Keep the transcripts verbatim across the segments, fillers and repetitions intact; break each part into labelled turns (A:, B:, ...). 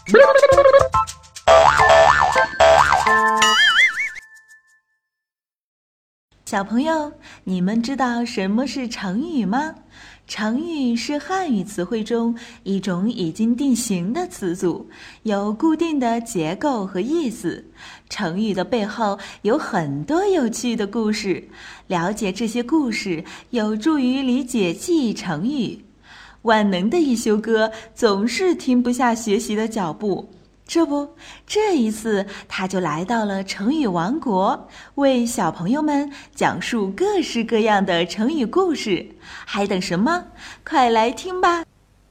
A: 小朋友，你们知道什么是成语吗？成语是汉语词汇中一种已经定型的词组，有固定的结构和意思。成语的背后有很多有趣的故事，了解这些故事有助于理解记忆成语。万能的一休哥总是停不下学习的脚步，这不，这一次他就来到了成语王国，为小朋友们讲述各式各样的成语故事。还等什么？快来听吧！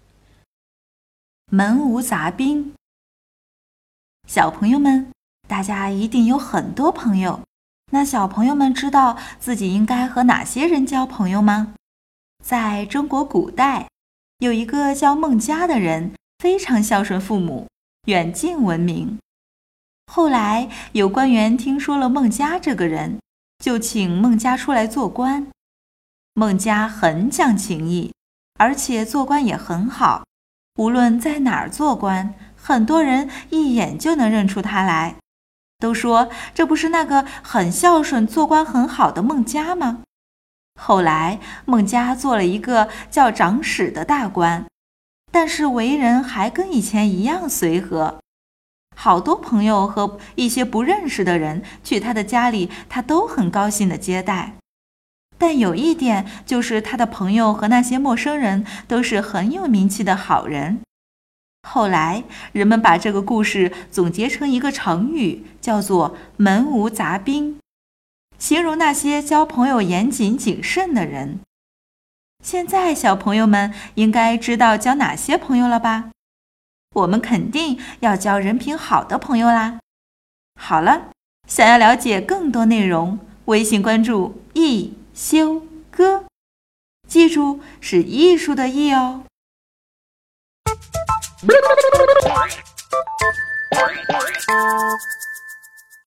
A: 门无杂兵。小朋友们，大家一定有很多朋友，那小朋友们知道自己应该和哪些人交朋友吗？在中国古代，有一个叫孟嘉的人，非常孝顺父母，远近闻名。后来有官员听说了孟嘉这个人，就请孟嘉出来做官。孟嘉很讲情义，而且做官也很好，无论在哪儿做官，很多人一眼就能认出他来，都说这不是那个很孝顺做官很好的孟嘉吗？后来孟嘉做了一个叫长史的大官，但是为人还跟以前一样随和，好多朋友和一些不认识的人去他的家里，他都很高兴地接待。但有一点，就是他的朋友和那些陌生人都是很有名气的好人。后来人们把这个故事总结成一个成语，叫做门无杂兵，形容那些交朋友严谨谨慎的人。现在小朋友们应该知道交哪些朋友了吧？我们肯定要交人品好的朋友啦。好了，想要了解更多内容，微信关注一休哥，记住是艺术的艺哦。